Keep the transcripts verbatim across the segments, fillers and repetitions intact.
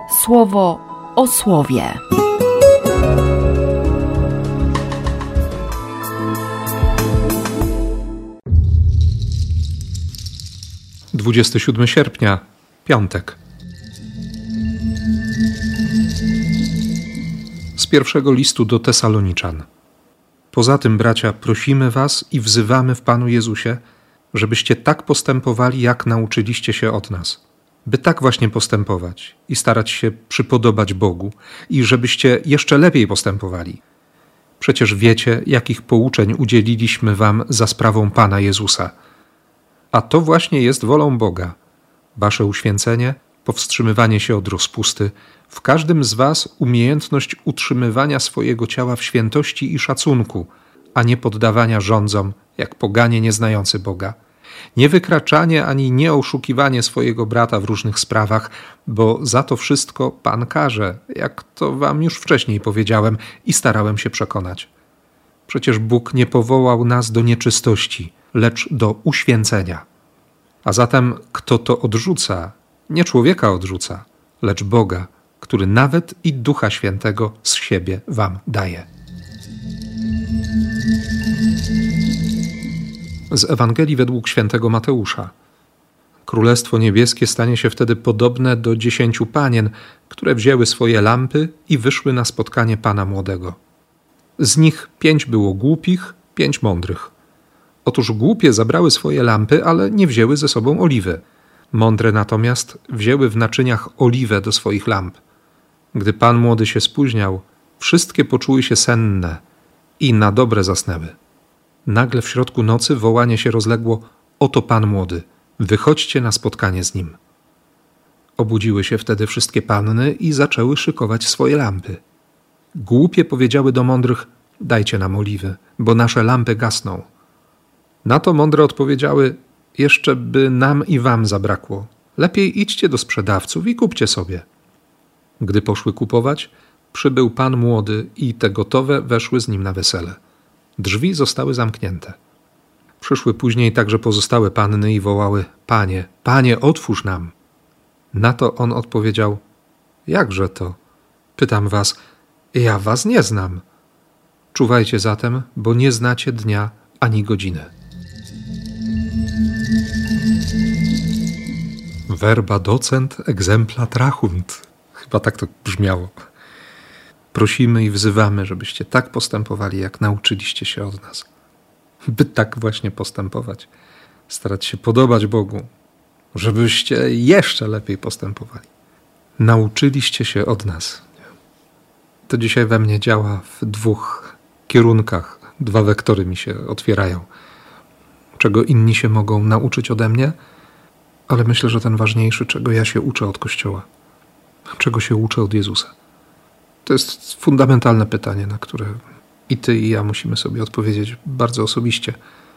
Słowo o słowie. dwudziestego siódmego sierpnia, piątek. Z pierwszego listu do Tesaloniczan. Poza tym, bracia, prosimy was i wzywamy w Panu Jezusie, żebyście tak postępowali, jak nauczyliście się od nas. By tak właśnie postępować i starać się przypodobać Bogu i żebyście jeszcze lepiej postępowali. Przecież wiecie, jakich pouczeń udzieliliśmy wam za sprawą Pana Jezusa. A to właśnie jest wolą Boga. Wasze uświęcenie, powstrzymywanie się od rozpusty, w każdym z was umiejętność utrzymywania swojego ciała w świętości i szacunku, a nie poddawania żądzom, jak poganie nieznający Boga. Nie wykraczanie ani nie oszukiwanie swojego brata w różnych sprawach, bo za to wszystko Pan karze, jak to wam już wcześniej powiedziałem i starałem się przekonać. Przecież Bóg nie powołał nas do nieczystości, lecz do uświęcenia. A zatem kto to odrzuca, nie człowieka odrzuca, lecz Boga, który nawet i Ducha Świętego z siebie wam daje. Z Ewangelii według świętego Mateusza. Królestwo niebieskie stanie się wtedy podobne do dziesięciu panien, które wzięły swoje lampy i wyszły na spotkanie Pana młodego. Z nich pięć było głupich, pięć mądrych. Otóż głupie zabrały swoje lampy, ale nie wzięły ze sobą oliwy. Mądre natomiast wzięły w naczyniach oliwę do swoich lamp. Gdy Pan młody się spóźniał, wszystkie poczuły się senne i na dobre zasnęły. Nagle w środku nocy wołanie się rozległo: oto Pan młody, wychodźcie na spotkanie z nim. Obudziły się wtedy wszystkie panny i zaczęły szykować swoje lampy. Głupie powiedziały do mądrych: dajcie nam oliwy, bo nasze lampy gasną. Na to mądre odpowiedziały: jeszcze by nam i wam zabrakło. Lepiej idźcie do sprzedawców i kupcie sobie. Gdy poszły kupować, przybył Pan młody i te gotowe weszły z nim na wesele. Drzwi zostały zamknięte. Przyszły później także pozostałe panny i wołały: Panie, Panie, otwórz nam. Na to on odpowiedział: jakże to? Pytam was, ja was nie znam. Czuwajcie zatem, bo nie znacie dnia ani godziny. Verba docent exempla trahunt. Chyba tak to brzmiało. Prosimy i wzywamy, żebyście tak postępowali, jak nauczyliście się od nas. By tak właśnie postępować. Starać się podobać Bogu, żebyście jeszcze lepiej postępowali. Nauczyliście się od nas. To dzisiaj we mnie działa w dwóch kierunkach. Dwa wektory mi się otwierają. Czego inni się mogą nauczyć ode mnie, ale myślę, że ten ważniejszy, czego ja się uczę od Kościoła. Czego się uczę od Jezusa. To jest fundamentalne pytanie, na które i ty, i ja musimy sobie odpowiedzieć bardzo osobiście.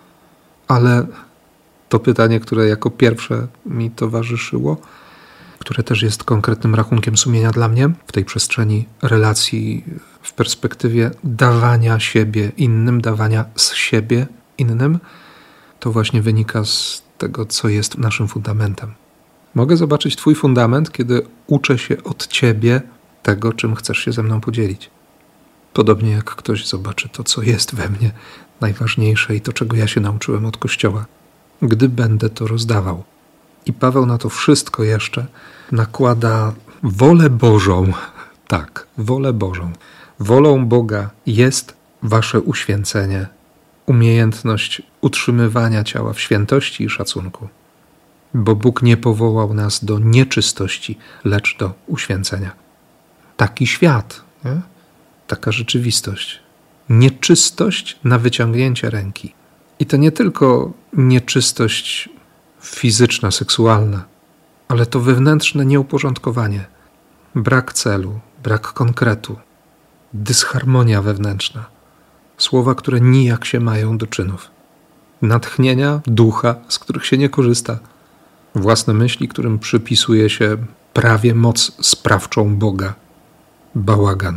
Ale to pytanie, które jako pierwsze mi towarzyszyło, które też jest konkretnym rachunkiem sumienia dla mnie w tej przestrzeni relacji w perspektywie dawania siebie innym, dawania z siebie innym, to właśnie wynika z tego, co jest naszym fundamentem. Mogę zobaczyć twój fundament, kiedy uczę się od ciebie tego, czym chcesz się ze mną podzielić. Podobnie jak ktoś zobaczy to, co jest we mnie najważniejsze i to, czego ja się nauczyłem od Kościoła, gdy będę to rozdawał. I Paweł na to wszystko jeszcze nakłada wolę Bożą. Tak, wolę Bożą. Wolą Boga jest wasze uświęcenie, umiejętność utrzymywania ciała w świętości i szacunku. Bo Bóg nie powołał nas do nieczystości, lecz do uświęcenia. Taki świat, nie? Taka rzeczywistość. Nieczystość na wyciągnięcie ręki. I to nie tylko nieczystość fizyczna, seksualna, ale to wewnętrzne nieuporządkowanie. Brak celu, brak konkretu, dysharmonia wewnętrzna. Słowa, które nijak się mają do czynów. Natchnienia ducha, z których się nie korzysta. Własne myśli, którym przypisuje się prawie moc sprawczą Boga. Bałagan.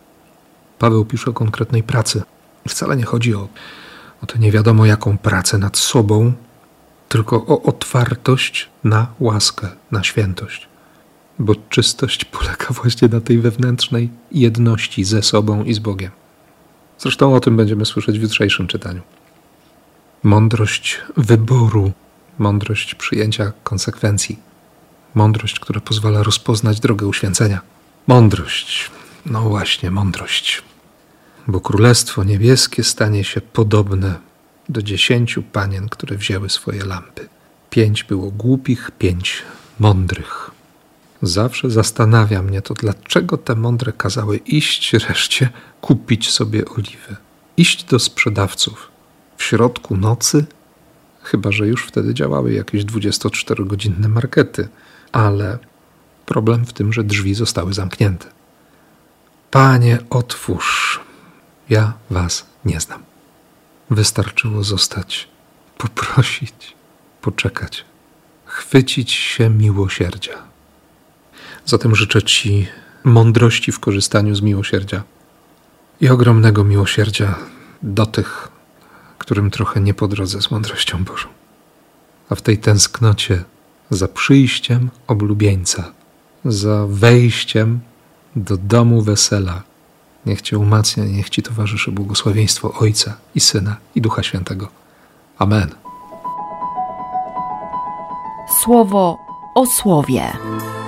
Paweł pisze o konkretnej pracy. Wcale nie chodzi o, o tę nie wiadomo jaką pracę nad sobą, tylko o otwartość na łaskę, na świętość. bo czystość polega właśnie na tej wewnętrznej jedności ze sobą i z Bogiem. Zresztą o tym będziemy słyszeć w jutrzejszym czytaniu. Mądrość wyboru, mądrość przyjęcia konsekwencji, mądrość, która pozwala rozpoznać drogę uświęcenia. Mądrość, no właśnie, mądrość. Bo Królestwo Niebieskie stanie się podobne do dziesięciu panien, które wzięły swoje lampy. Pięć było głupich, pięć mądrych. Zawsze zastanawia mnie to, dlaczego te mądre kazały iść reszcie kupić sobie oliwy. Iść do sprzedawców w środku nocy, chyba że już wtedy działały jakieś dwudziestoczterogodzinne markety, ale problem w tym, że drzwi zostały zamknięte. Panie, otwórz, ja was nie znam. Wystarczyło zostać, poprosić, poczekać, chwycić się miłosierdzia. Zatem życzę Ci mądrości w korzystaniu z miłosierdzia i ogromnego miłosierdzia do tych, którym trochę nie po drodze z mądrością Bożą. A w tej tęsknocie za przyjściem oblubieńca, za wejściem do domu wesela, niech Cię umacnia, niech Ci towarzyszy błogosławieństwo Ojca i Syna i Ducha Świętego. Amen. Słowo o słowie.